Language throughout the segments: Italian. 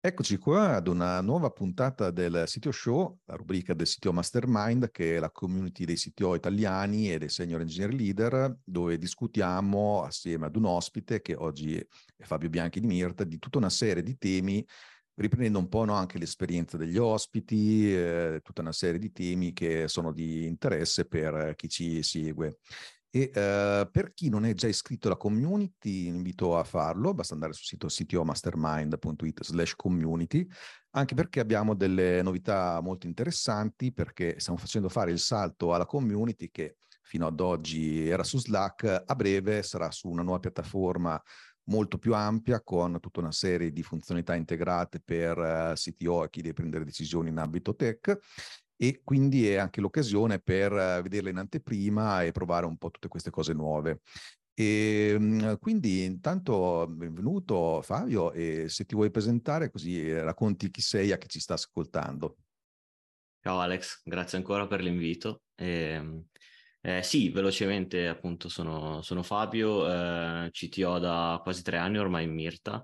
Eccoci qua ad una nuova puntata del CTO Show, la rubrica del CTO Mastermind, che è la community dei CTO italiani e dei senior engineer leader, dove discutiamo assieme ad un ospite, che oggi è Fabio Bianchi di Mirta, di tutta una serie di temi, riprendendo un po', no, anche l'esperienza degli ospiti, tutta una serie di temi che sono di interesse per chi ci segue. Per chi non è già iscritto alla community, invito a farlo, basta andare sul sito ctomastermind.it/community, anche perché abbiamo delle novità molto interessanti, perché stiamo facendo fare il salto alla community che fino ad oggi era su Slack, a breve sarà su una nuova piattaforma molto più ampia, con tutta una serie di funzionalità integrate per CTO e chi deve prendere decisioni in ambito tech, e quindi è anche l'occasione per vederle in anteprima e provare un po' tutte queste cose nuove. Quindi intanto benvenuto Fabio, e se ti vuoi presentare così racconti chi sei a chi ci sta ascoltando. Ciao Alex, grazie ancora per l'invito. Sì, velocemente appunto sono Fabio, CTO da quasi 3 anni ormai in Mirta.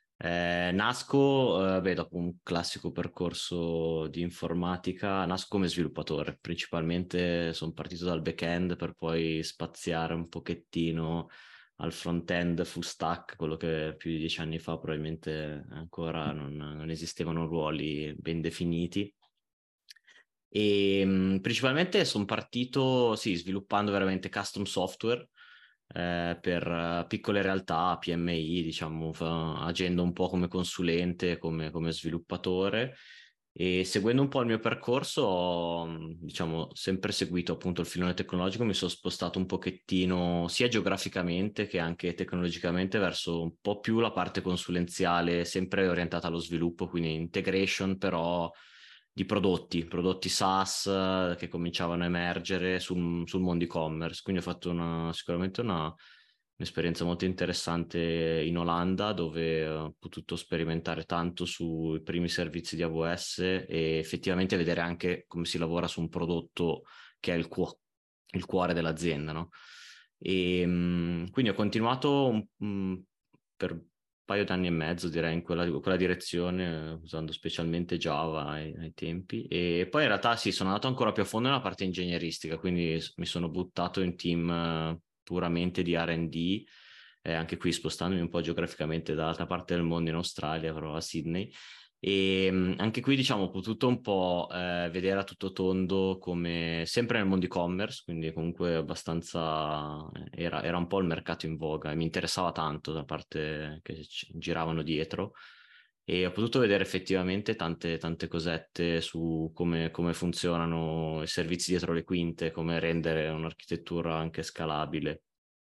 Dopo un classico percorso di informatica, nasco come sviluppatore. Principalmente sono partito dal back-end per poi spaziare un pochettino al front-end full stack, quello che più di 10 anni fa probabilmente ancora non esistevano ruoli ben definiti. Principalmente sono partito, sì, sviluppando veramente custom software per piccole realtà, PMI, diciamo, agendo un po' come consulente, come sviluppatore. E seguendo un po' il mio percorso, ho, diciamo, sempre seguito appunto il filone tecnologico, mi sono spostato un pochettino sia geograficamente che anche tecnologicamente verso un po' più la parte consulenziale, sempre orientata allo sviluppo, quindi integration, però di prodotti SaaS che cominciavano a emergere sul mondo e-commerce. Quindi ho fatto sicuramente un'esperienza molto interessante in Olanda, dove ho potuto sperimentare tanto sui primi servizi di AWS e effettivamente vedere anche come si lavora su un prodotto che è il cuore dell'azienda, no? Quindi ho continuato per un paio d'anni e mezzo, direi, in quella direzione, usando specialmente Java ai tempi. E poi in realtà sì, sono andato ancora più a fondo nella parte ingegneristica, quindi mi sono buttato in team puramente di R&D, anche qui spostandomi un po' geograficamente dall'altra parte del mondo in Australia, però a Sydney. E anche qui, diciamo, ho potuto un po' vedere a tutto tondo, come sempre nel mondo e-commerce, quindi comunque abbastanza era un po' il mercato in voga e mi interessava tanto la parte che giravano dietro. E ho potuto vedere effettivamente tante cosette su come funzionano i servizi dietro le quinte, come rendere un'architettura anche scalabile.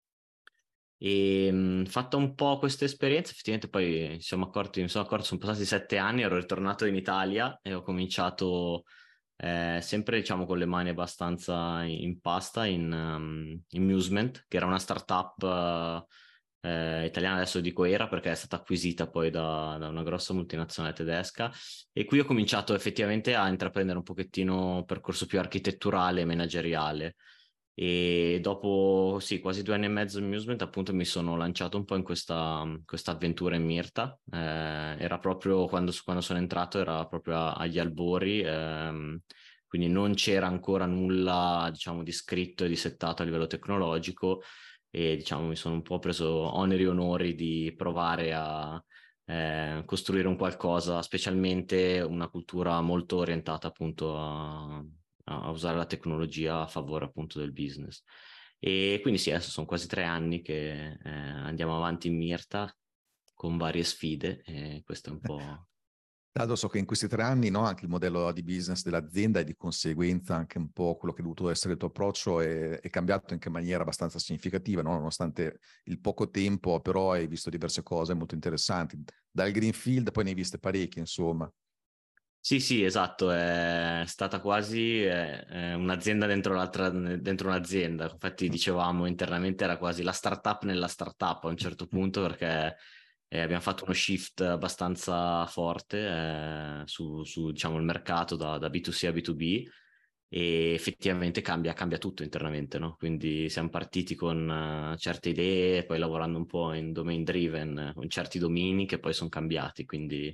E fatta un po' questa esperienza, effettivamente poi mi sono accorto, sono passati 7 anni, ero ritornato in Italia e ho cominciato sempre, diciamo, con le mani abbastanza in pasta in Musement, che era una startup italiana, adesso dico era perché è stata acquisita poi da una grossa multinazionale tedesca, e qui ho cominciato effettivamente a intraprendere un pochettino un percorso più architetturale e manageriale. E dopo sì, quasi 2 anni e mezzo in Musement, appunto, mi sono lanciato un po' in questa avventura in Mirta. Era proprio quando sono entrato, era proprio agli albori, quindi non c'era ancora nulla, diciamo, di scritto e di settato a livello tecnologico. E diciamo mi sono un po' preso oneri e onori di provare a costruire un qualcosa, specialmente una cultura molto orientata appunto a usare la tecnologia a favore appunto del business. E quindi sì, adesso sono quasi 3 anni che andiamo avanti in Mirta con varie sfide, e questo è un po'. Dato so che in questi 3 anni, no, anche il modello di business dell'azienda e di conseguenza anche un po' quello che è dovuto essere il tuo approccio è cambiato anche in maniera abbastanza significativa, no? Nonostante il poco tempo, però hai visto diverse cose molto interessanti. Dal Greenfield poi ne hai viste parecchie, insomma. Sì, sì, esatto, è stata quasi un'azienda dentro un'azienda. Infatti dicevamo internamente era quasi la startup nella startup a un certo punto, perché abbiamo fatto uno shift abbastanza forte diciamo, il mercato da B2C a B2B, e effettivamente cambia tutto internamente, no? Quindi siamo partiti con certe idee, poi lavorando un po' in domain driven, con certi domini che poi sono cambiati, quindi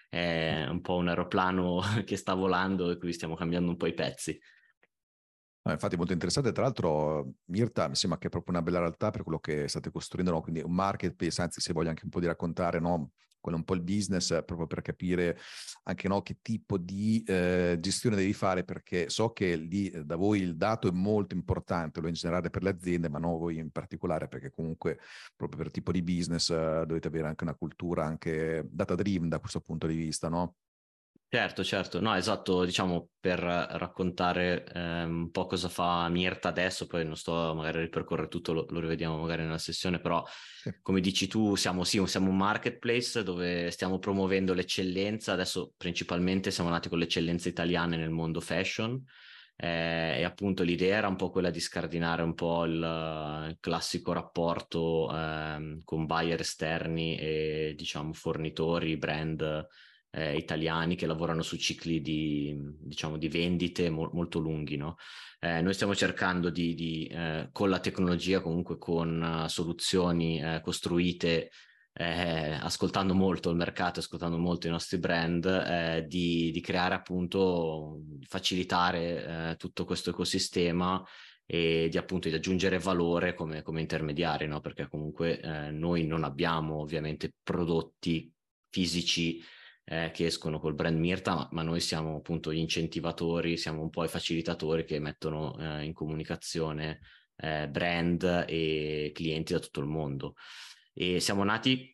è un po' un aeroplano che sta volando e quindi stiamo cambiando un po' i pezzi. Infatti molto interessante, tra l'altro Mirta mi sembra che è proprio una bella realtà per quello che state costruendo, no? Quindi un marketplace, anzi se voglio anche un po' di raccontare, no? Quello è un po' il business, proprio per capire anche, no, che tipo di gestione devi fare, perché so che lì da voi il dato è molto importante, lo in generale per le aziende, ma non voi in particolare, perché comunque proprio per tipo di business dovete avere anche una cultura anche data driven da questo punto di vista, no? Certo, certo, no, esatto, diciamo per raccontare un po' cosa fa Mirta adesso, poi non sto magari a ripercorrere tutto, lo rivediamo magari nella sessione, però Sì. come dici tu siamo, sì, siamo un marketplace dove stiamo promuovendo l'eccellenza, adesso principalmente siamo nati con le eccellenze italiane nel mondo fashion, e appunto l'idea era un po' quella di scardinare un po' il classico rapporto con buyer esterni e diciamo fornitori, brand italiani che lavorano su cicli di, diciamo, di vendite molto lunghi, no? Noi stiamo cercando con la tecnologia, comunque con soluzioni costruite, ascoltando molto il mercato, ascoltando molto i nostri brand, di creare appunto, facilitare tutto questo ecosistema e di appunto di aggiungere valore come intermediari, no? Perché comunque noi non abbiamo ovviamente prodotti fisici che escono col brand Mirta, ma noi siamo appunto gli incentivatori, siamo un po' i facilitatori che mettono in comunicazione brand e clienti da tutto il mondo. E siamo nati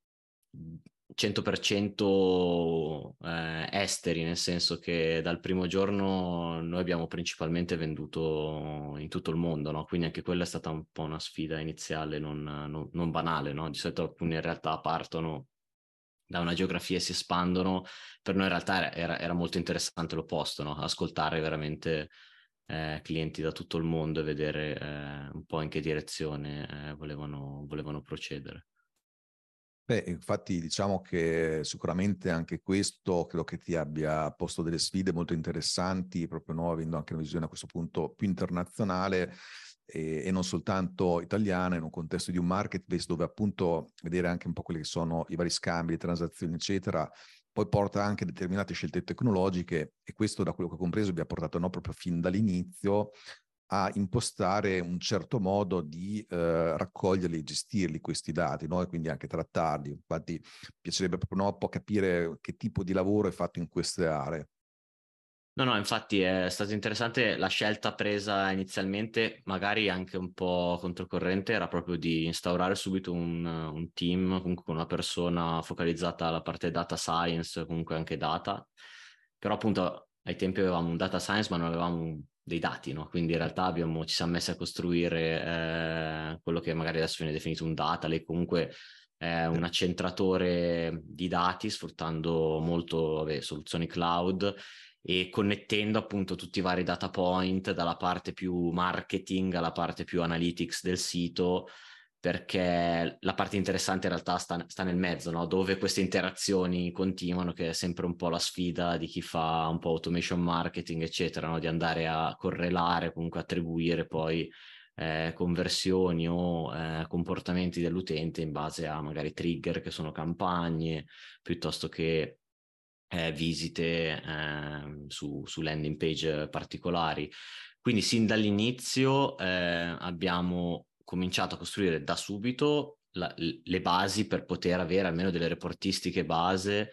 100% esteri, nel senso che dal primo giorno noi abbiamo principalmente venduto in tutto il mondo, no? Quindi anche quella è stata un po' una sfida iniziale non banale, no? Di solito alcuni in realtà partono da una geografia e si espandono, per noi in realtà era molto interessante l'opposto, no? Ascoltare veramente clienti da tutto il mondo e vedere un po' in che direzione volevano procedere. Beh, infatti diciamo che sicuramente anche questo credo che ti abbia posto delle sfide molto interessanti, proprio noi avendo anche una visione a questo punto più internazionale e non soltanto italiana, in un contesto di un marketplace dove appunto vedere anche un po' quelli che sono i vari scambi, le transazioni, eccetera, poi porta anche determinate scelte tecnologiche e questo da quello che ho compreso vi ha portato no, proprio fin dall'inizio a impostare un certo modo di raccoglierli e gestirli questi dati, no? E quindi anche trattarli. Infatti, mi piacerebbe proprio no, un po' capire che tipo di lavoro è fatto in queste aree. No, no, infatti è stato interessante la scelta presa inizialmente, magari anche un po' controcorrente, era proprio di instaurare subito un team, comunque con una persona focalizzata alla parte data science, comunque anche data, però appunto ai tempi avevamo un data science ma non avevamo dei dati, no? Quindi in realtà ci siamo messi a costruire quello che magari adesso viene definito un data lake, comunque un accentratore di dati sfruttando molto, vabbè, soluzioni cloud e connettendo appunto tutti i vari data point dalla parte più marketing alla parte più analytics del sito, perché la parte interessante in realtà sta nel mezzo, no? Dove queste interazioni continuano, che è sempre un po' la sfida di chi fa un po' automation marketing, eccetera, no? Di andare a correlare, comunque attribuire poi conversioni o comportamenti dell'utente in base a magari trigger che sono campagne, piuttosto che visite su landing page particolari. Quindi sin dall'inizio abbiamo cominciato a costruire da subito le basi per poter avere almeno delle reportistiche base,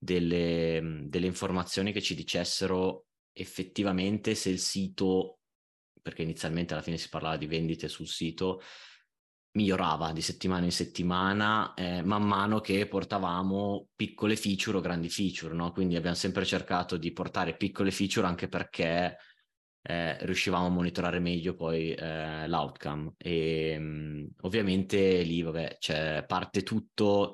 delle informazioni che ci dicessero effettivamente se il sito, perché inizialmente alla fine si parlava di vendite sul sito, migliorava di settimana in settimana, man mano che portavamo piccole feature o grandi feature, no? Quindi abbiamo sempre cercato di portare piccole feature anche perché riuscivamo a monitorare meglio poi l'outcome. E ovviamente lì, vabbè, parte tutto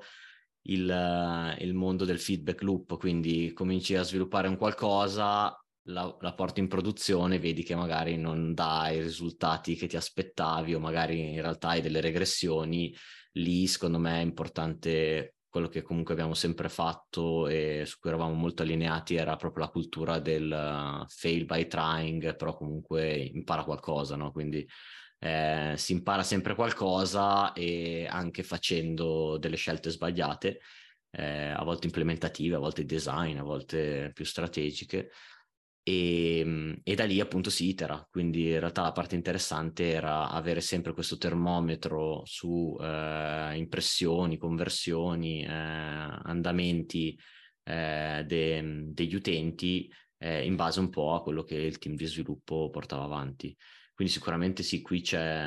il mondo del feedback loop, quindi cominci a sviluppare un qualcosa, la porti in produzione, vedi che magari non dà i risultati che ti aspettavi o magari in realtà hai delle regressioni. Lì secondo me è importante quello che comunque abbiamo sempre fatto e su cui eravamo molto allineati era proprio la cultura del fail by trying, però comunque impara qualcosa, no? Quindi si impara sempre qualcosa e anche facendo delle scelte sbagliate. a volte implementative, a volte design, a volte più strategiche. E da lì appunto si itera, quindi in realtà la parte interessante era avere sempre questo termometro su impressioni, conversioni, andamenti degli utenti in base un po' a quello che il team di sviluppo portava avanti. Quindi sicuramente sì, qui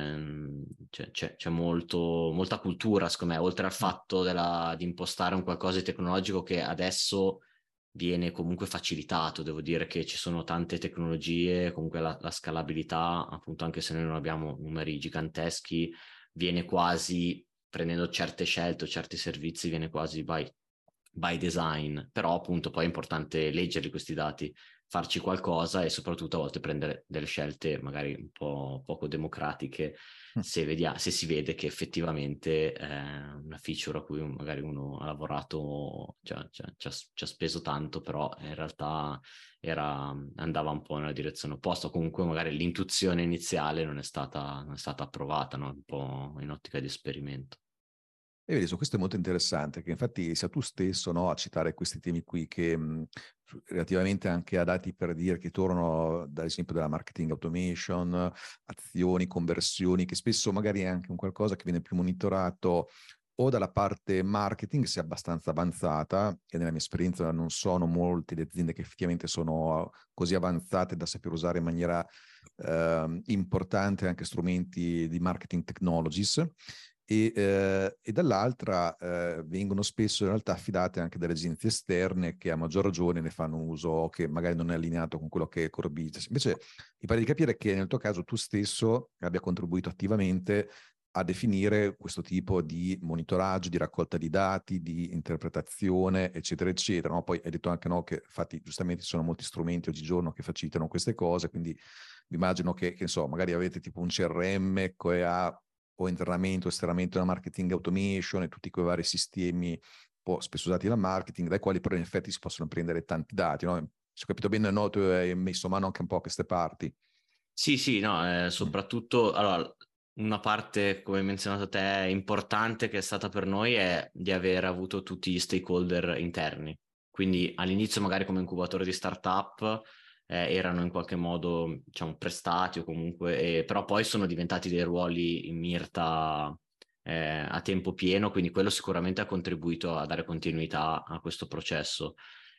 c'è molta cultura, secondo me, oltre al fatto di impostare un qualcosa di tecnologico che adesso viene comunque facilitato. Devo dire che ci sono tante tecnologie, comunque la scalabilità, appunto, anche se noi non abbiamo numeri giganteschi, viene quasi, prendendo certe scelte o certi servizi, viene quasi by design. Però appunto poi è importante leggerli questi dati, farci qualcosa e soprattutto a volte prendere delle scelte magari un po' poco democratiche se si vede che effettivamente una feature a cui magari uno ha lavorato, ci ha speso tanto, però in realtà andava un po' nella direzione opposta. Comunque magari l'intuizione iniziale non è stata approvata, no? Un po' in ottica di esperimento. E vedi, su questo è molto interessante, che infatti sia tu stesso, no, a citare questi temi qui, che relativamente anche a dati per dire che tornano, ad esempio, dalla marketing automation, azioni, conversioni, che spesso magari è anche un qualcosa che viene più monitorato o dalla parte marketing, se è abbastanza avanzata, e nella mia esperienza non sono molte le aziende che effettivamente sono così avanzate da saper usare in maniera importante anche strumenti di marketing technologies, e dall'altra vengono spesso in realtà affidate anche dalle aziende esterne che a maggior ragione ne fanno un uso che magari non è allineato con quello che è core business. Invece mi pare di capire che nel tuo caso tu stesso abbia contribuito attivamente a definire questo tipo di monitoraggio, di raccolta di dati, di interpretazione, eccetera, eccetera. No? Poi hai detto anche, no, che infatti giustamente ci sono molti strumenti oggigiorno che facilitano queste cose, quindi mi immagino che so, magari avete tipo un CRM che ha o internamente o esternamente una marketing automation e tutti quei vari sistemi un po' spesso usati dal marketing, dai quali però in effetti si possono prendere tanti dati, no? Se ho capito bene, no, tu hai messo mano anche un po' a queste parti. Sì, sì, no, Mm. soprattutto, allora, una parte, come hai menzionato te, importante che è stata per noi è di aver avuto tutti gli stakeholder interni. Quindi all'inizio magari come incubatore di startup erano in qualche modo, diciamo, prestati o comunque, però poi sono diventati dei ruoli in Mirta a tempo pieno, quindi quello sicuramente ha contribuito a dare continuità a questo processo.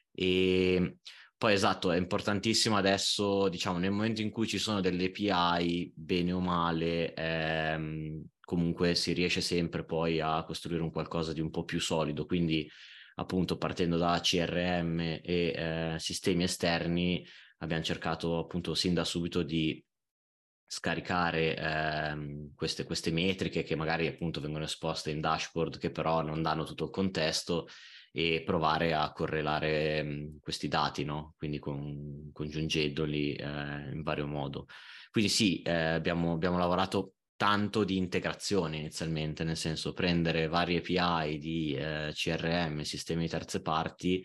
E poi esatto, è importantissimo adesso, diciamo, nel momento in cui ci sono delle API, bene o male, comunque si riesce sempre poi a costruire un qualcosa di un po' più solido. Quindi, appunto, partendo da CRM e sistemi esterni, abbiamo cercato appunto sin da subito di scaricare queste metriche che magari appunto vengono esposte in dashboard che però non danno tutto il contesto e provare a correlare questi dati, no? Quindi congiungendoli in vario modo. Quindi sì, abbiamo lavorato tanto di integrazione inizialmente, nel senso prendere varie API di CRM, sistemi di terze parti,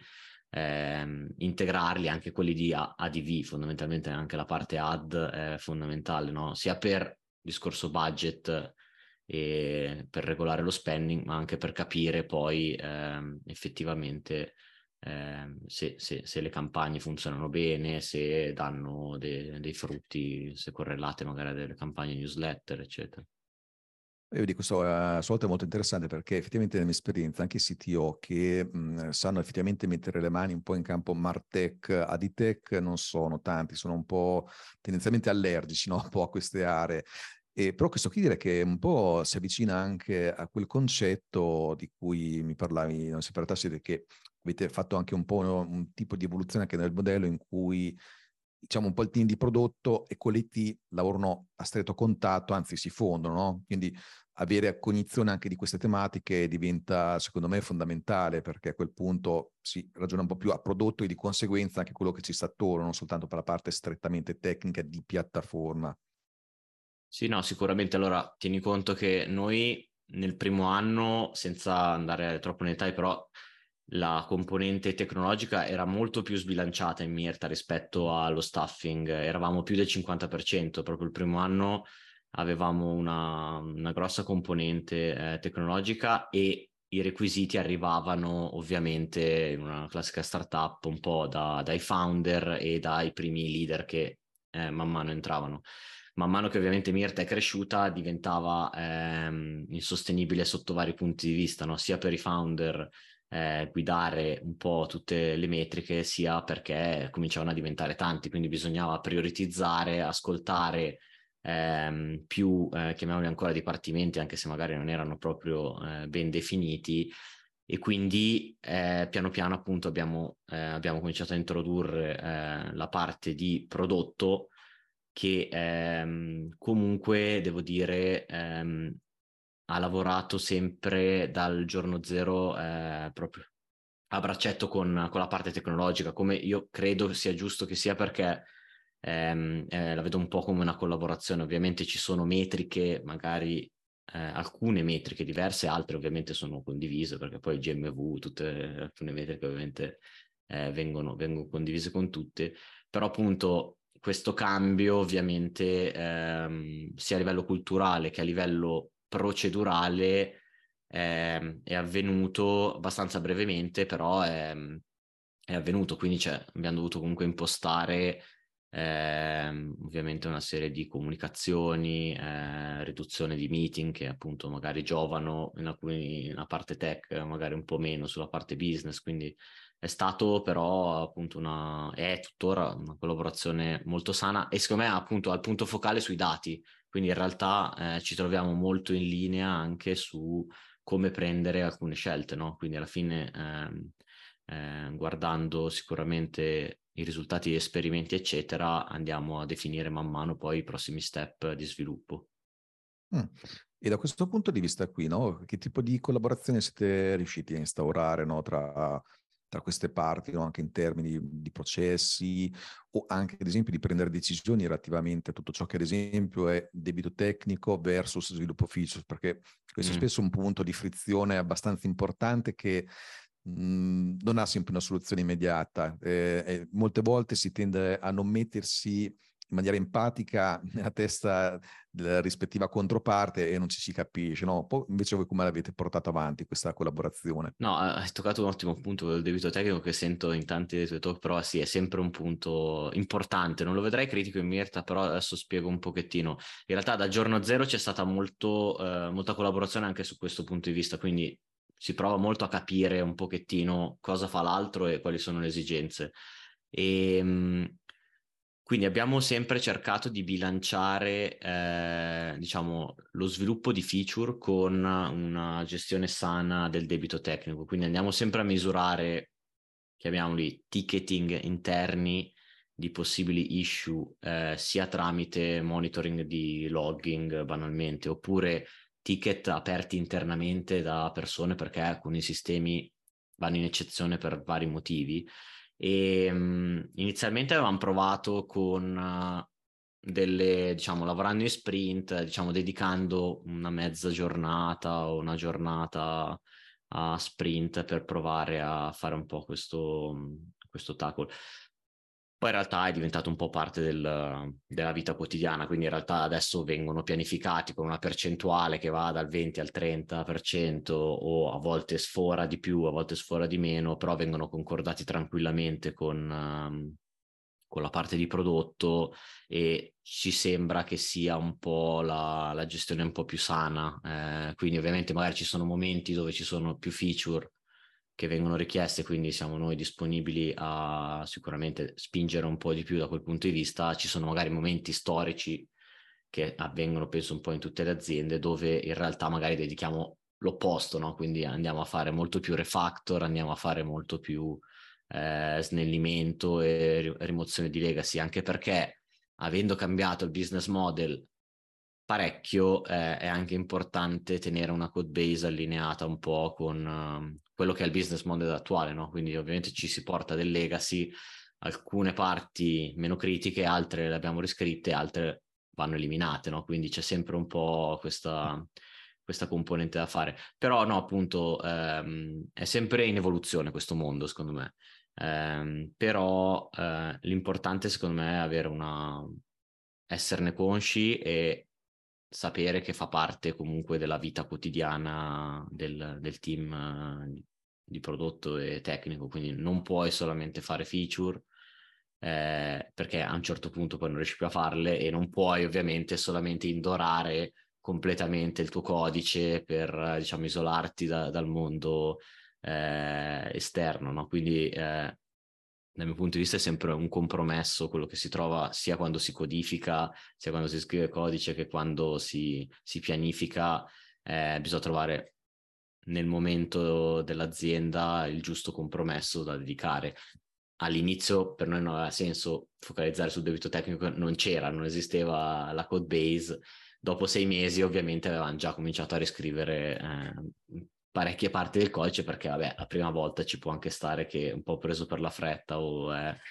integrarli, anche quelli di ADV, fondamentalmente anche la parte ad è fondamentale, no? Sia per discorso budget e per regolare lo spending, ma anche per capire poi effettivamente se le campagne funzionano bene, se danno dei frutti, se correlate magari a delle campagne newsletter, eccetera. Io di questo a sua volta è molto interessante perché effettivamente nella mia esperienza anche i CTO che sanno effettivamente mettere le mani un po' in campo Martech, Aditech non sono tanti, sono un po' tendenzialmente allergici, no? Un po' a queste aree. E però questo qui direi che un po' si avvicina anche a quel concetto di cui mi parlavi, non si parlasse, che avete fatto anche un po' un tipo di evoluzione anche nel modello in cui diciamo un po' il team di prodotto e colletti lavorano a stretto contatto, anzi si fondono, no? Quindi avere cognizione anche di queste tematiche diventa, secondo me, fondamentale, perché a quel punto si ragiona un po' più a prodotto e di conseguenza anche quello che ci sta attorno, non soltanto per la parte strettamente tecnica di piattaforma. Sì, no, sicuramente. Allora, tieni conto che noi nel primo anno, senza andare troppo nei dettagli, però la componente tecnologica era molto più sbilanciata in Mirta rispetto allo staffing. Eravamo più del 50%, proprio il primo anno avevamo una grossa componente tecnologica e i requisiti arrivavano ovviamente in una classica startup un po' dai founder e dai primi leader che man mano entravano. Man mano che ovviamente Mirta è cresciuta diventava insostenibile sotto vari punti di vista, no? Sia per i founder guidare un po' tutte le metriche, sia perché cominciavano a diventare tanti, quindi bisognava prioritizzare, ascoltare più, chiamiamoli ancora dipartimenti, anche se magari non erano proprio ben definiti, e quindi piano piano appunto abbiamo cominciato a introdurre la parte di prodotto che comunque devo dire ha lavorato sempre dal giorno zero proprio a braccetto con la parte tecnologica, come io credo sia giusto che sia, perché la vedo un po' come una collaborazione. Ovviamente ci sono metriche, magari alcune metriche diverse, altre ovviamente sono condivise, perché poi GMV, tutte alcune metriche ovviamente vengono condivise con tutte, però appunto questo cambio ovviamente sia a livello culturale che a livello procedurale è avvenuto abbastanza brevemente, però è avvenuto, quindi abbiamo dovuto comunque impostare ovviamente una serie di comunicazioni, riduzione di meeting che appunto magari giovano in una parte tech, magari un po' meno sulla parte business, quindi è stato però appunto è tuttora una collaborazione molto sana e secondo me appunto al punto focale sui dati, quindi in realtà ci troviamo molto in linea anche su come prendere alcune scelte, no? Quindi alla fine guardando sicuramente i risultati di esperimenti, eccetera, andiamo a definire man mano poi i prossimi step di sviluppo. E da questo punto di vista qui, no, che tipo di collaborazione siete riusciti a instaurare, no, tra queste parti, no, anche in termini di processi o anche, ad esempio, di prendere decisioni relativamente a tutto ciò che, ad esempio, è debito tecnico versus sviluppo features, perché questo è spesso un punto di frizione abbastanza importante che non ha sempre una soluzione immediata. Molte volte si tende a non mettersi in maniera empatica nella testa della rispettiva controparte e non ci si capisce, no? Poi invece voi come l'avete portato avanti questa collaborazione? No, hai toccato un ottimo punto del debito tecnico che sento in tanti dei tuoi talk, però sì, è sempre un punto importante. Non lo vedrei critico in Mirta, però adesso spiego un pochettino. In realtà da giorno zero c'è stata molta collaborazione anche su questo punto di vista, quindi si prova molto a capire un pochettino cosa fa l'altro e quali sono le esigenze. E, quindi abbiamo sempre cercato di bilanciare, diciamo, lo sviluppo di feature con una gestione sana del debito tecnico. Quindi andiamo sempre a misurare, chiamiamoli ticketing interni di possibili issue, sia tramite monitoring di logging banalmente, oppure ticket aperti internamente da persone perché alcuni sistemi vanno in eccezione per vari motivi. E inizialmente avevamo provato con diciamo, lavorando in sprint, diciamo, dedicando una mezza giornata o una giornata a sprint per provare a fare un po' questo tackle. Poi in realtà è diventato un po' parte della vita quotidiana, quindi in realtà adesso vengono pianificati con una percentuale che va dal 20 al 30% o a volte sfora di più, a volte sfora di meno, però vengono concordati tranquillamente con la parte di prodotto e ci sembra che sia un po' la gestione un po' più sana. Quindi ovviamente magari ci sono momenti dove ci sono più feature che vengono richieste, quindi siamo noi disponibili a sicuramente spingere un po' di più da quel punto di vista. Ci sono magari momenti storici che avvengono, penso, un po' in tutte le aziende, dove in realtà magari dedichiamo l'opposto, no? Quindi andiamo a fare molto più refactor, andiamo a fare molto più snellimento e rimozione di legacy, anche perché avendo cambiato il business model parecchio, è anche importante tenere una code base allineata un po' con quello che è il business model attuale, no? Quindi ovviamente ci si porta del legacy, alcune parti meno critiche, altre le abbiamo riscritte, altre vanno eliminate, no? Quindi c'è sempre un po' questa componente da fare. Però no, appunto, è sempre in evoluzione questo mondo, secondo me. Però l'importante secondo me è avere esserne consci e sapere che fa parte comunque della vita quotidiana del team di prodotto e tecnico, quindi non puoi solamente fare feature, perché a un certo punto poi non riesci più a farle, e non puoi ovviamente solamente indorare completamente il tuo codice per, diciamo, isolarti dal mondo esterno, no? Quindi dal mio punto di vista è sempre un compromesso quello che si trova sia quando si codifica, sia quando si scrive codice, che quando si pianifica. Bisogna trovare nel momento dell'azienda il giusto compromesso da dedicare. All'inizio per noi non aveva senso focalizzare sul debito tecnico, non esisteva la code base. Dopo 6 mesi ovviamente avevamo già cominciato a riscrivere parecchie parti del codice, perché vabbè, la prima volta ci può anche stare che un po' preso per la fretta o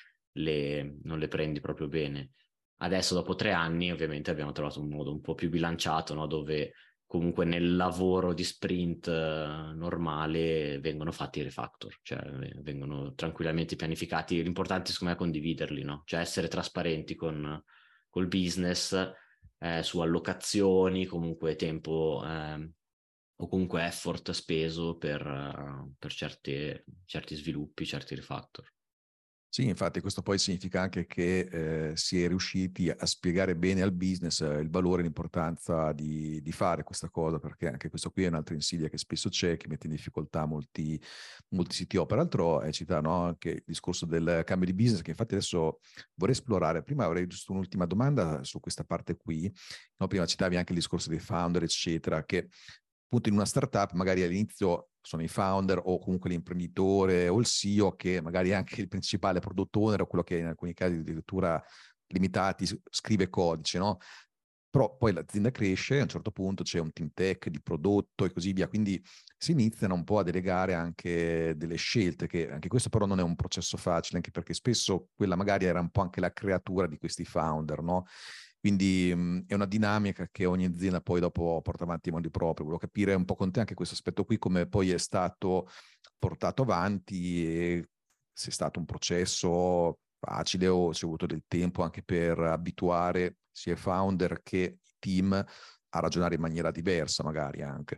non le prendi proprio bene. Adesso dopo 3 anni ovviamente abbiamo trovato un modo un po' più bilanciato, no? Dove comunque nel lavoro di sprint normale vengono fatti i refactor, cioè vengono tranquillamente pianificati. L'importante secondo me è condividerli, no? Cioè essere trasparenti col business su allocazioni, comunque tempo o comunque effort speso per certi sviluppi, certi refactor. Sì, infatti questo poi significa anche che si è riusciti a spiegare bene al business il valore e l'importanza di fare questa cosa, perché anche questo qui è un'altra insidia che spesso c'è, che mette in difficoltà molti CTO. Peraltro cita, no, anche il discorso del cambio di business, che infatti adesso vorrei esplorare. Prima avrei giusto un'ultima domanda su questa parte qui. No, prima citavi anche il discorso dei founder, eccetera, che appunto in una startup magari all'inizio sono i founder o comunque l'imprenditore o il CEO, che magari è anche il principale product owner o quello che in alcuni casi addirittura limitati scrive codice, no? Però poi l'azienda cresce, a un certo punto c'è un team tech di prodotto e così via, quindi si iniziano un po' a delegare anche delle scelte, che anche questo però non è un processo facile, anche perché spesso quella magari era un po' anche la creatura di questi founder, no? Quindi è una dinamica che ogni azienda poi dopo porta avanti in modi propri. Volevo capire un po' con te anche questo aspetto qui, come poi è stato portato avanti e se è stato un processo facile o se hai avuto del tempo anche per abituare sia i founder che i team a ragionare in maniera diversa magari anche.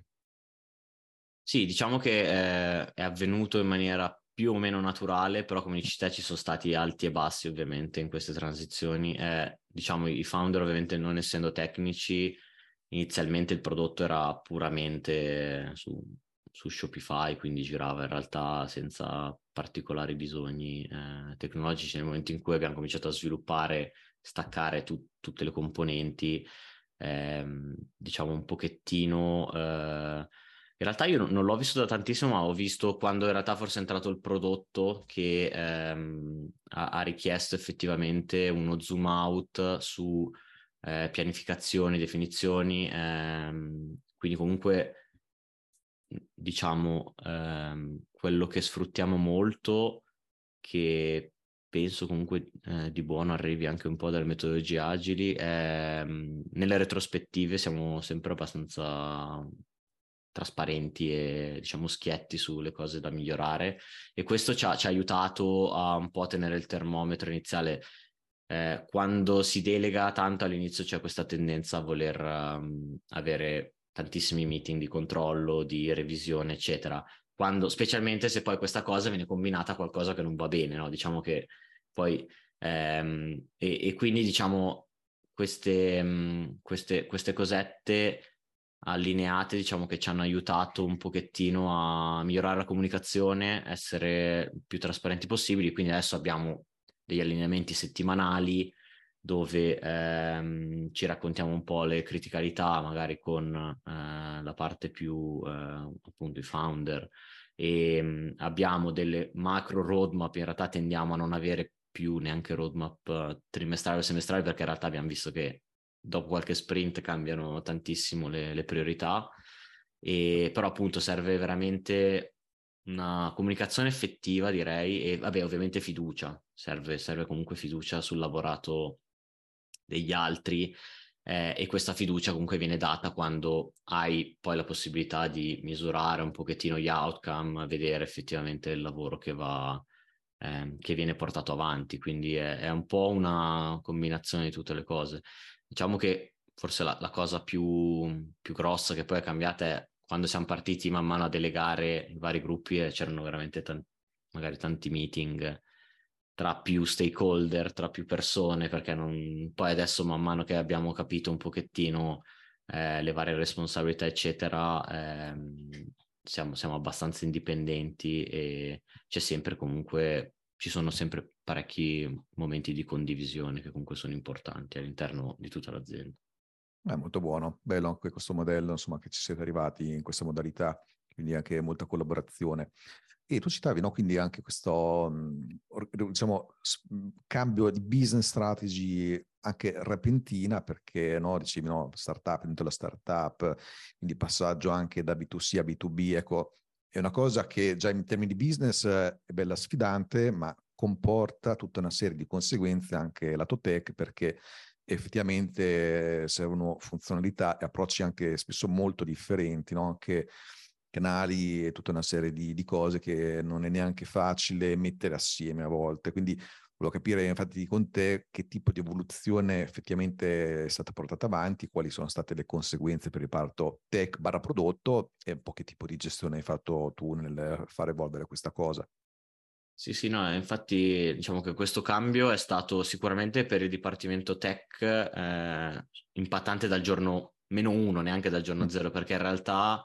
Sì, diciamo che è avvenuto in maniera più o meno naturale, però come dici te ci sono stati alti e bassi ovviamente in queste transizioni. Diciamo i founder ovviamente non essendo tecnici, inizialmente il prodotto era puramente su Shopify, quindi girava in realtà senza particolari bisogni tecnologici. Nel momento in cui abbiamo cominciato a sviluppare, staccare tutte le componenti, diciamo un pochettino... in realtà io non l'ho visto da tantissimo, ma ho visto quando in realtà forse è entrato il prodotto che ha richiesto effettivamente uno zoom out su pianificazioni, definizioni, quindi comunque diciamo quello che sfruttiamo molto, che penso comunque di buono arrivi anche un po' dalle metodologie agili. Nelle retrospettive siamo sempre abbastanza trasparenti e diciamo schietti sulle cose da migliorare, e questo ci ha aiutato a un po' tenere il termometro iniziale. Quando si delega tanto all'inizio c'è questa tendenza a voler avere tantissimi meeting di controllo, di revisione, eccetera. Specialmente se poi questa cosa viene combinata a qualcosa che non va bene, no? Diciamo che poi e quindi diciamo queste cosette allineate, diciamo che ci hanno aiutato un pochettino a migliorare la comunicazione, essere più trasparenti possibili. Quindi adesso abbiamo degli allineamenti settimanali dove ci raccontiamo un po' le criticalità, magari con la parte più appunto i founder, e abbiamo delle macro roadmap. In realtà tendiamo a non avere più neanche roadmap trimestrali o semestrali, perché in realtà abbiamo visto che dopo qualche sprint cambiano tantissimo le priorità, e però appunto serve veramente una comunicazione effettiva, direi, e vabbè ovviamente fiducia, serve comunque fiducia sul lavorato degli altri, e questa fiducia comunque viene data quando hai poi la possibilità di misurare un pochettino gli outcome, vedere effettivamente il lavoro che viene portato avanti. Quindi è un po' una combinazione di tutte le cose. Diciamo che forse la cosa più grossa che poi è cambiata è quando siamo partiti man mano a delegare i vari gruppi e c'erano veramente magari tanti meeting tra più stakeholder, tra più persone, perché poi adesso man mano che abbiamo capito un pochettino le varie responsabilità, eccetera, siamo abbastanza indipendenti e ci sono sempre parecchi momenti di condivisione che comunque sono importanti all'interno di tutta l'azienda. È molto buono, bello anche questo modello, insomma, che ci siete arrivati in questa modalità, quindi anche molta collaborazione. E tu citavi, no, quindi anche questo, diciamo, cambio di business strategy anche repentina, perché, no, dicevi, no, startup, dentro la startup, quindi passaggio anche da B2C a B2B, ecco, è una cosa che già in termini di business è bella sfidante, ma comporta tutta una serie di conseguenze anche lato tech, perché effettivamente servono funzionalità e approcci anche spesso molto differenti, no? Anche canali e tutta una serie di cose che non è neanche facile mettere assieme a volte. Quindi volevo capire infatti con te che tipo di evoluzione effettivamente è stata portata avanti, quali sono state le conseguenze per il parto tech barra prodotto e un po' che tipo di gestione hai fatto tu nel far evolvere questa cosa. Sì, sì, no, infatti diciamo che questo cambio è stato sicuramente per il dipartimento tech impattante dal giorno -1, neanche dal giorno Mm. 0, perché in realtà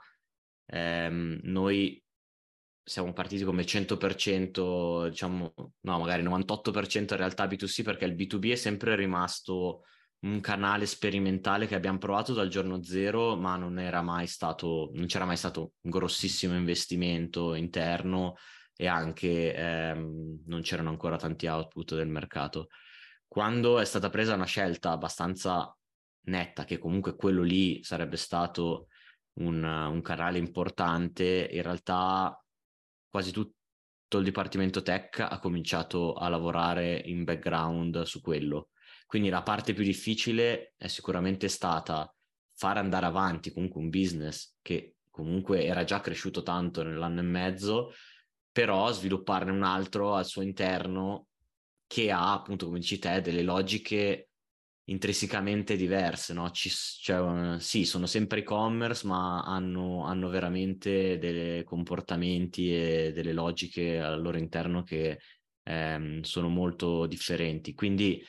noi siamo partiti come 100%, diciamo, no, magari 98% in realtà B2C, perché il B2B è sempre rimasto un canale sperimentale che abbiamo provato dal giorno 0, ma non c'era mai stato un grossissimo investimento interno e anche non c'erano ancora tanti output del mercato. Quando è stata presa una scelta abbastanza netta, che comunque quello lì sarebbe stato un canale importante, in realtà quasi tutto il dipartimento tech ha cominciato a lavorare in background su quello. Quindi la parte più difficile è sicuramente stata fare andare avanti comunque un business che comunque era già cresciuto tanto nell'anno e mezzo, però svilupparne un altro al suo interno che ha, appunto, come dici te, delle logiche intrinsecamente diverse, no? Cioè, sì, sono sempre e-commerce, ma hanno veramente dei comportamenti e delle logiche al loro interno che sono molto differenti. Quindi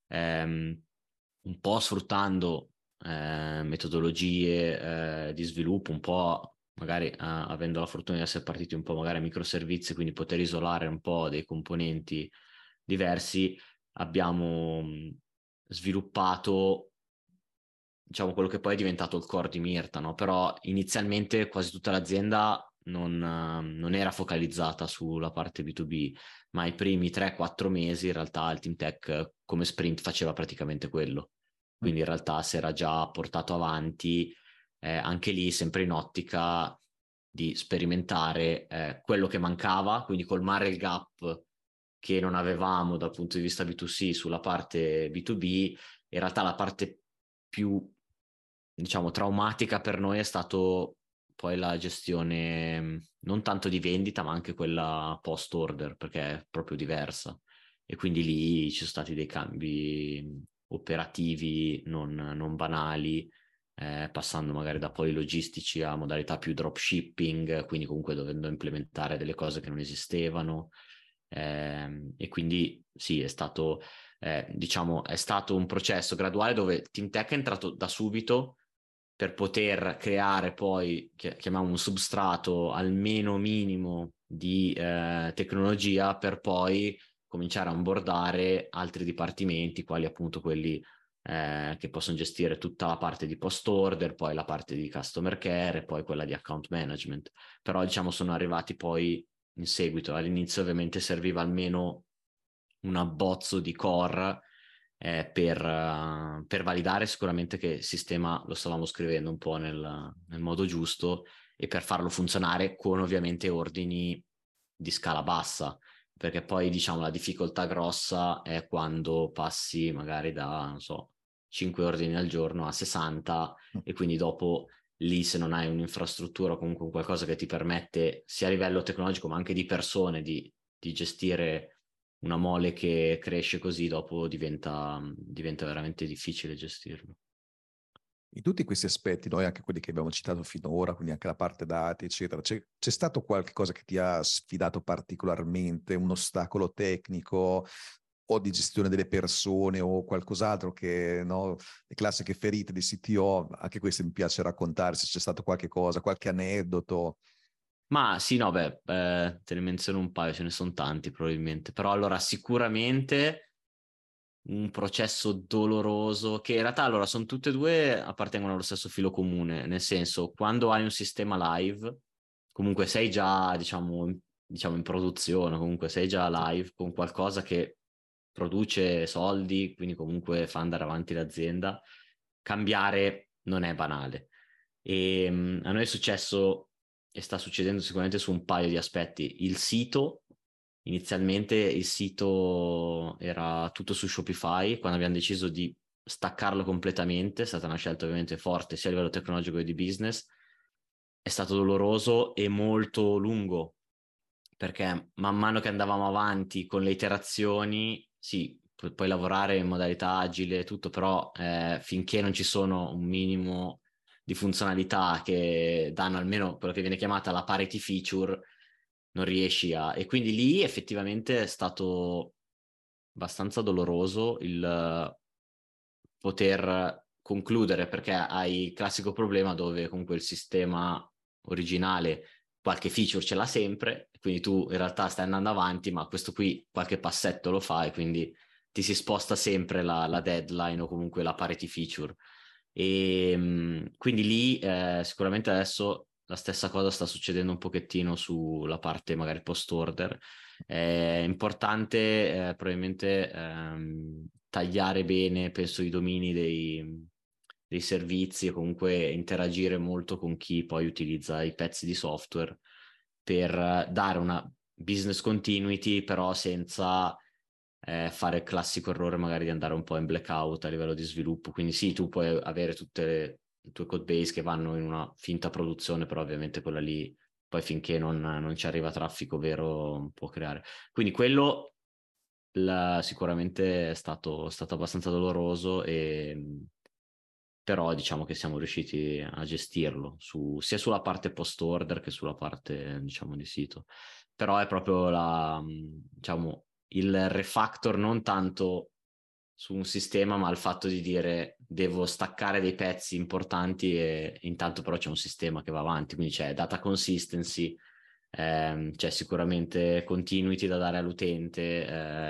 un po' sfruttando metodologie di sviluppo, un po' magari avendo la fortuna di essere partiti un po' magari a microservizi, quindi poter isolare un po' dei componenti diversi, abbiamo sviluppato, diciamo, quello che poi è diventato il core di Mirta, no? Però inizialmente quasi tutta l'azienda non era focalizzata sulla parte B2B, ma i primi 3-4 mesi in realtà il team tech come sprint faceva praticamente quello. Quindi in realtà si era già portato avanti, anche lì sempre in ottica di sperimentare quello che mancava, quindi colmare il gap che non avevamo dal punto di vista B2C sulla parte B2B. In realtà la parte più, diciamo, traumatica per noi è stato poi la gestione non tanto di vendita, ma anche quella post-order, perché è proprio diversa. E quindi lì ci sono stati dei cambi operativi non banali, passando magari da poli logistici a modalità più dropshipping, quindi comunque dovendo implementare delle cose che non esistevano. E quindi sì, diciamo, è stato un processo graduale dove il Team Tech è entrato da subito per poter creare poi, chiamiamo un substrato almeno minimo di tecnologia per poi cominciare a onboardare altri dipartimenti, quali appunto quelli che possono gestire tutta la parte di post-order, poi la parte di customer care e poi quella di account management. Però diciamo sono arrivati poi in seguito. All'inizio ovviamente serviva almeno un abbozzo di core per validare sicuramente che il sistema lo stavamo scrivendo un po' nel modo giusto e per farlo funzionare con ovviamente ordini di scala bassa, perché poi diciamo la difficoltà grossa è quando passi magari da, non so, 5 ordini al giorno a 60 e quindi dopo lì se non hai un'infrastruttura o comunque qualcosa che ti permette sia a livello tecnologico ma anche di persone di gestire una mole che cresce così, dopo diventa veramente difficile gestirlo. In tutti questi aspetti, noi anche quelli che abbiamo citato finora, quindi anche la parte dati, eccetera, c'è stato qualche cosa che ti ha sfidato particolarmente, un ostacolo tecnico o di gestione delle persone o qualcos'altro che, no, le classiche ferite di CTO, anche queste mi piace raccontare se c'è stato qualche cosa, qualche aneddoto. Ma sì, no, beh, te ne menziono un paio, ce ne sono tanti probabilmente, però allora sicuramente un processo doloroso, che in realtà allora sono tutte e due appartengono allo stesso filo comune, nel senso quando hai un sistema live, comunque sei già, diciamo in produzione, comunque sei già live con qualcosa che produce soldi, quindi comunque fa andare avanti l'azienda, cambiare non è banale. E a noi è successo e sta succedendo sicuramente su un paio di aspetti. Il sito, inizialmente il sito era tutto su Shopify, quando abbiamo deciso di staccarlo completamente, è stata una scelta ovviamente forte sia a livello tecnologico che di business, è stato doloroso e molto lungo, perché man mano che andavamo avanti con le iterazioni, sì, puoi lavorare in modalità agile e tutto, però finché non ci sono un minimo di funzionalità che danno almeno quello che viene chiamata la parity feature, non riesci a... E quindi lì effettivamente è stato abbastanza doloroso il poter concludere, perché hai il classico problema dove comunque il sistema originale qualche feature ce l'ha sempre, quindi tu in realtà stai andando avanti, ma questo qui qualche passetto lo fai, quindi ti si sposta sempre la deadline o comunque la parity feature. E quindi lì sicuramente adesso la stessa cosa sta succedendo un pochettino sulla parte magari post-order. È importante probabilmente tagliare bene, penso, i domini dei servizi e comunque interagire molto con chi poi utilizza i pezzi di software per dare una business continuity, però senza fare il classico errore magari di andare un po' in blackout a livello di sviluppo. Quindi sì, tu puoi avere tutte le tue code base che vanno in una finta produzione, però ovviamente quella lì poi finché non ci arriva traffico vero può creare. Quindi quello sicuramente è stato abbastanza doloroso, però diciamo che siamo riusciti a gestirlo sia sulla parte post-order che sulla parte, diciamo, di sito. Però è proprio diciamo, il refactor non tanto su un sistema, ma il fatto di dire devo staccare dei pezzi importanti e intanto però c'è un sistema che va avanti, quindi c'è data consistency, c'è sicuramente continuity da dare all'utente,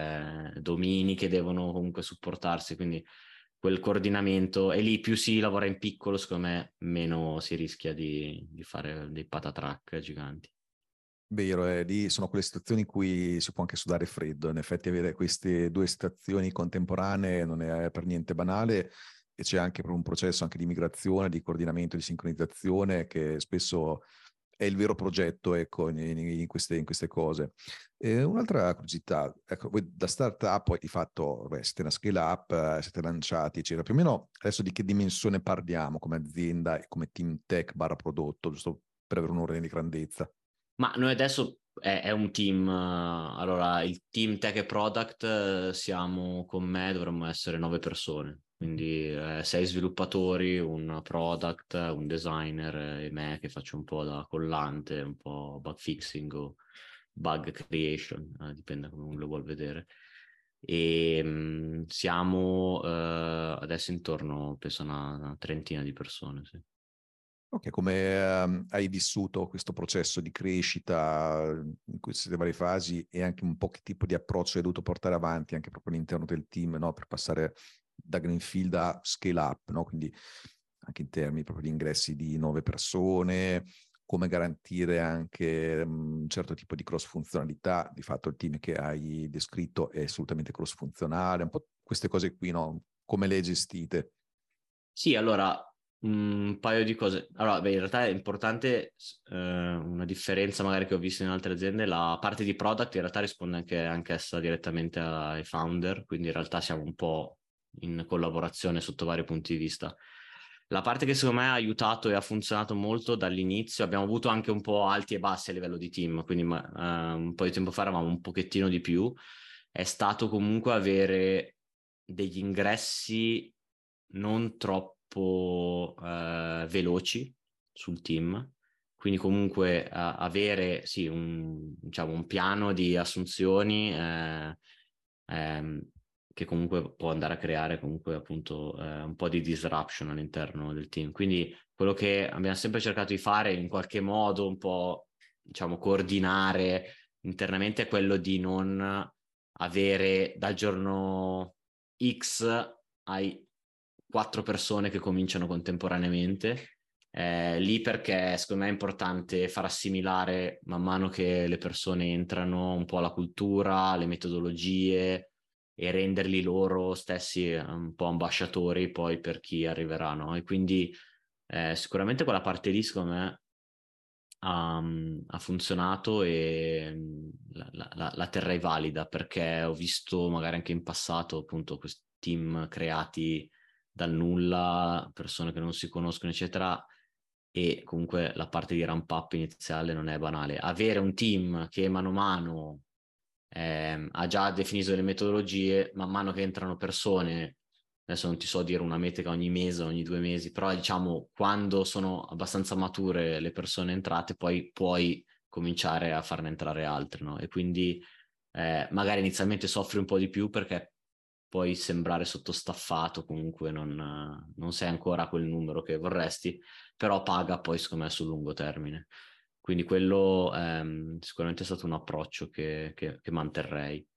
domini che devono comunque supportarsi, quindi quel coordinamento, e lì più si lavora in piccolo, secondo me, meno si rischia di fare dei patatrack giganti. Vero, lì sono quelle situazioni in cui si può anche sudare freddo. In effetti avere queste due situazioni contemporanee non è per niente banale e c'è anche proprio un processo anche di migrazione, di coordinamento, di sincronizzazione che spesso è il vero progetto, ecco, in queste cose. Un'altra curiosità, ecco, voi da startup poi di fatto siete una scale up, siete lanciati, eccetera. Più o meno adesso di che dimensione parliamo come azienda e come team tech barra prodotto, giusto per avere un ordine di grandezza? Ma noi adesso è un team, allora il team tech e product siamo con me, dovremmo essere 9 persone, quindi 6 sviluppatori, un product, un designer e me che faccio un po' da collante, un po' bug fixing o bug creation, dipende come uno lo vuol vedere. E siamo adesso intorno, penso, a una trentina di persone, sì. Ok, come hai vissuto questo processo di crescita in queste varie fasi e anche un po' che tipo di approccio hai dovuto portare avanti anche proprio all'interno del team, no? Per passare da greenfield a scale up, no? Quindi anche in termini proprio di ingressi di nuove persone, come garantire anche un certo tipo di cross funzionalità. Di fatto il team che hai descritto è assolutamente cross funzionale, un po' queste cose qui, no? Come le hai gestite? Sì, allora, un paio di cose. Allora, beh, in realtà è importante una differenza magari che ho visto in altre aziende, la parte di product in realtà risponde anche essa direttamente ai founder, quindi in realtà siamo un po' in collaborazione sotto vari punti di vista. La parte che secondo me ha aiutato e ha funzionato molto dall'inizio, abbiamo avuto anche un po' alti e bassi a livello di team, quindi un po' di tempo fa eravamo un pochettino di più, è stato comunque avere degli ingressi non troppo troppo veloci sul team, quindi comunque avere sì, diciamo, un piano di assunzioni che comunque può andare a creare comunque appunto un po' di disruption all'interno del team. Quindi quello che abbiamo sempre cercato di fare in qualche modo un po', diciamo, coordinare internamente è quello di non avere dal giorno X hai 4 persone che cominciano contemporaneamente. Lì perché secondo me è importante far assimilare man mano che le persone entrano un po' la cultura, le metodologie e renderli loro stessi un po' ambasciatori poi per chi arriverà, no? E quindi sicuramente quella parte lì secondo me ha funzionato e la terrei valida perché ho visto magari anche in passato appunto questi team creati dal nulla, persone che non si conoscono, eccetera, e comunque la parte di ramp up iniziale non è banale. Avere un team che mano a mano ha già definito delle metodologie, man mano che entrano persone, adesso non ti so dire una metrica ogni mese, ogni 2 mesi, però diciamo quando sono abbastanza mature le persone entrate, poi puoi cominciare a farne entrare altre, no? E quindi magari inizialmente soffri un po' di più perché puoi sembrare sottostaffato, comunque non sei ancora a quel numero che vorresti, però paga poi secondo me sul lungo termine. Quindi quello sicuramente è stato un approccio che manterrei.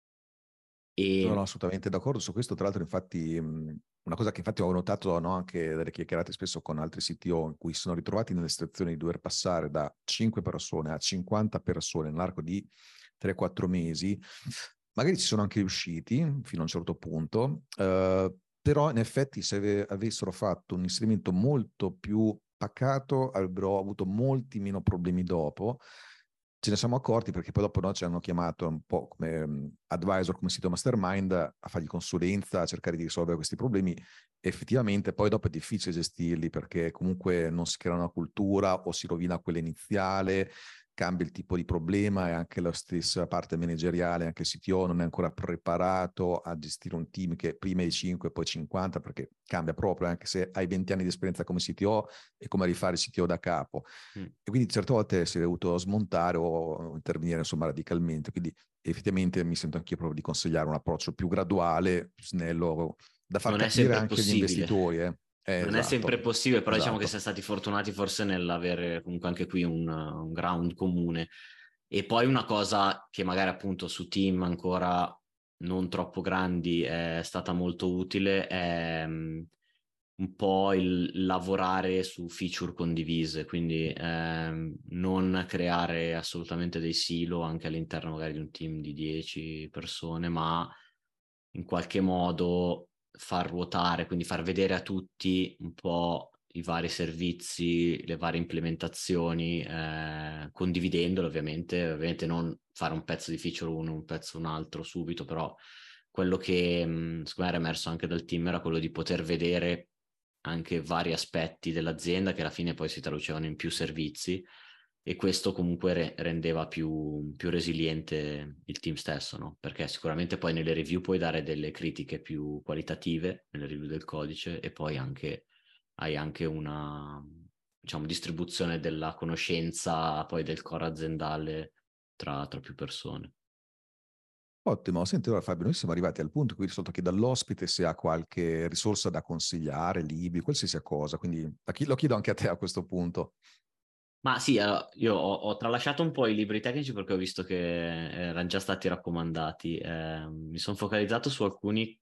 Sono E assolutamente d'accordo su questo. Tra l'altro, infatti, una cosa che infatti ho notato, no, anche dalle chiacchierate spesso con altri CTO in cui si sono ritrovati nelle situazioni di dover passare da 5 persone a 50 persone nell'arco di 3-4 mesi, magari ci sono anche riusciti fino a un certo punto, però in effetti se avessero fatto un inserimento molto più pacato avrebbero avuto molti meno problemi dopo. Ce ne siamo accorti perché poi dopo no, ci hanno chiamato un po' come advisor, come sito mastermind, a fargli consulenza, a cercare di risolvere questi problemi. Effettivamente poi dopo è difficile gestirli perché comunque non si crea una cultura o si rovina quella iniziale, cambia il tipo di problema e anche la stessa parte manageriale, anche il CTO non è ancora preparato a gestire un team che prima è 5 e poi 50 perché cambia proprio, anche se hai 20 anni di esperienza come CTO è come rifare il CTO da capo. E quindi certe volte si è dovuto smontare o intervenire insomma radicalmente. Quindi effettivamente mi sento anch'io proprio di consigliare un approccio più graduale, più snello, da far non è capire sempre anche agli possibile. investitori. Non è Esatto, sempre possibile, però diciamo che esatto. siamo stati fortunati forse nell'avere comunque anche qui un ground comune. E poi una cosa che magari appunto su team ancora non troppo grandi è stata molto utile è un po' il lavorare su feature condivise, quindi non creare assolutamente dei silo anche all'interno magari di un team di 10 persone, ma in qualche modo far ruotare, quindi far vedere a tutti un po' i vari servizi, le varie implementazioni, condividendole ovviamente non fare un pezzo di feature uno, un pezzo un altro subito, però quello che secondo me era emerso anche dal team era quello di poter vedere anche vari aspetti dell'azienda che alla fine poi si traducevano in più servizi e questo comunque rendeva più resiliente il team stesso, no? Perché sicuramente poi nelle review puoi dare delle critiche più qualitative, nelle review del codice, e poi hai anche una, diciamo, distribuzione della conoscenza poi del core aziendale tra più persone. Ottimo, senti, allora Fabio, noi siamo arrivati al punto in cui di solito chiedo all'ospite se ha qualche risorsa da consigliare, libri, qualsiasi cosa, quindi lo chiedo anche a te a questo punto. Ma sì, allora, io ho tralasciato un po' i libri tecnici perché ho visto che erano già stati raccomandati. Mi sono focalizzato su alcuni,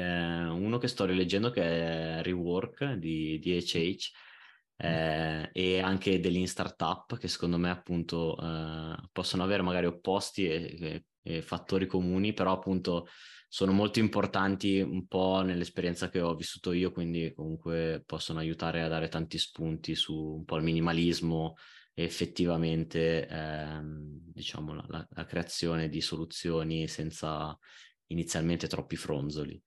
uno che sto rileggendo che è Rework di HH Mm. e anche dell'In Startup che secondo me appunto possono avere magari opposti e fattori comuni, però appunto sono molto importanti un po' nell'esperienza che ho vissuto io, quindi comunque possono aiutare a dare tanti spunti su un po' il minimalismo e effettivamente diciamo la creazione di soluzioni senza inizialmente troppi fronzoli.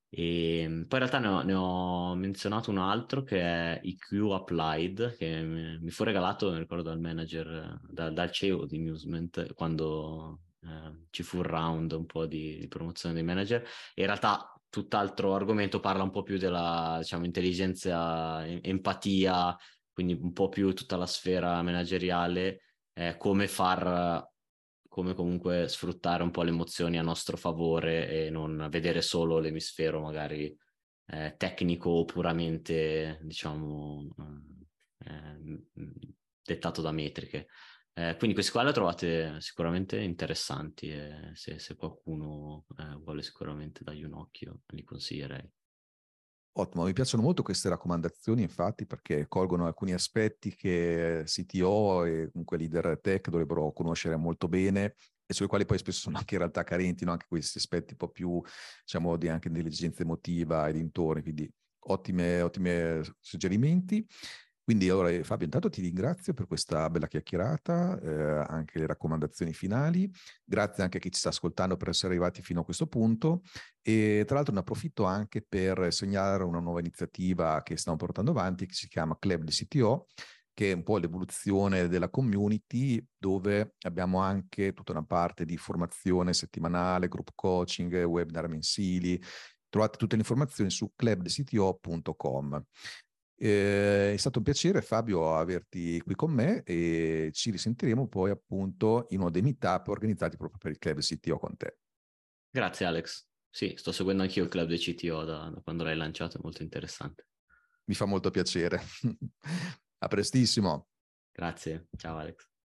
E poi in realtà ne ho menzionato un altro che è IQ Applied, che mi fu regalato, mi ricordo, dal manager, dal CEO di Newsment, quando ci fu un round un po' di promozione dei manager. E in realtà tutt'altro argomento, parla un po' più della, diciamo, intelligenza, empatia, quindi un po' più tutta la sfera manageriale, come comunque sfruttare un po' le emozioni a nostro favore e non vedere solo l'emisfero magari tecnico o puramente, diciamo, dettato da metriche. Quindi questi qua li trovate sicuramente interessanti e se qualcuno vuole sicuramente dargli un occhio, li consiglierei. Ottimo, mi piacciono molto queste raccomandazioni, infatti, perché colgono alcuni aspetti che CTO e comunque leader tech dovrebbero conoscere molto bene e sui quali poi spesso sono anche in realtà carenti, no? Anche questi aspetti un po' più, diciamo, di anche intelligenza emotiva e dintorni, quindi ottime suggerimenti. Quindi allora Fabio, intanto ti ringrazio per questa bella chiacchierata, anche le raccomandazioni finali. Grazie anche a chi ci sta ascoltando per essere arrivati fino a questo punto. E tra l'altro ne approfitto anche per segnalare una nuova iniziativa che stiamo portando avanti, che si chiama Club di CTO, che è un po' l'evoluzione della community, dove abbiamo anche tutta una parte di formazione settimanale, group coaching, webinar mensili. Trovate tutte le informazioni su clubdcto.com. È stato un piacere, Fabio, averti qui con me e ci risentiremo poi appunto in uno dei meetup organizzati proprio per il Club CTO con te. Grazie Alex. Sì, sto seguendo anch'io il club dei CTO da quando l'hai lanciato, è molto interessante. Mi fa molto piacere. A prestissimo. Grazie, ciao Alex.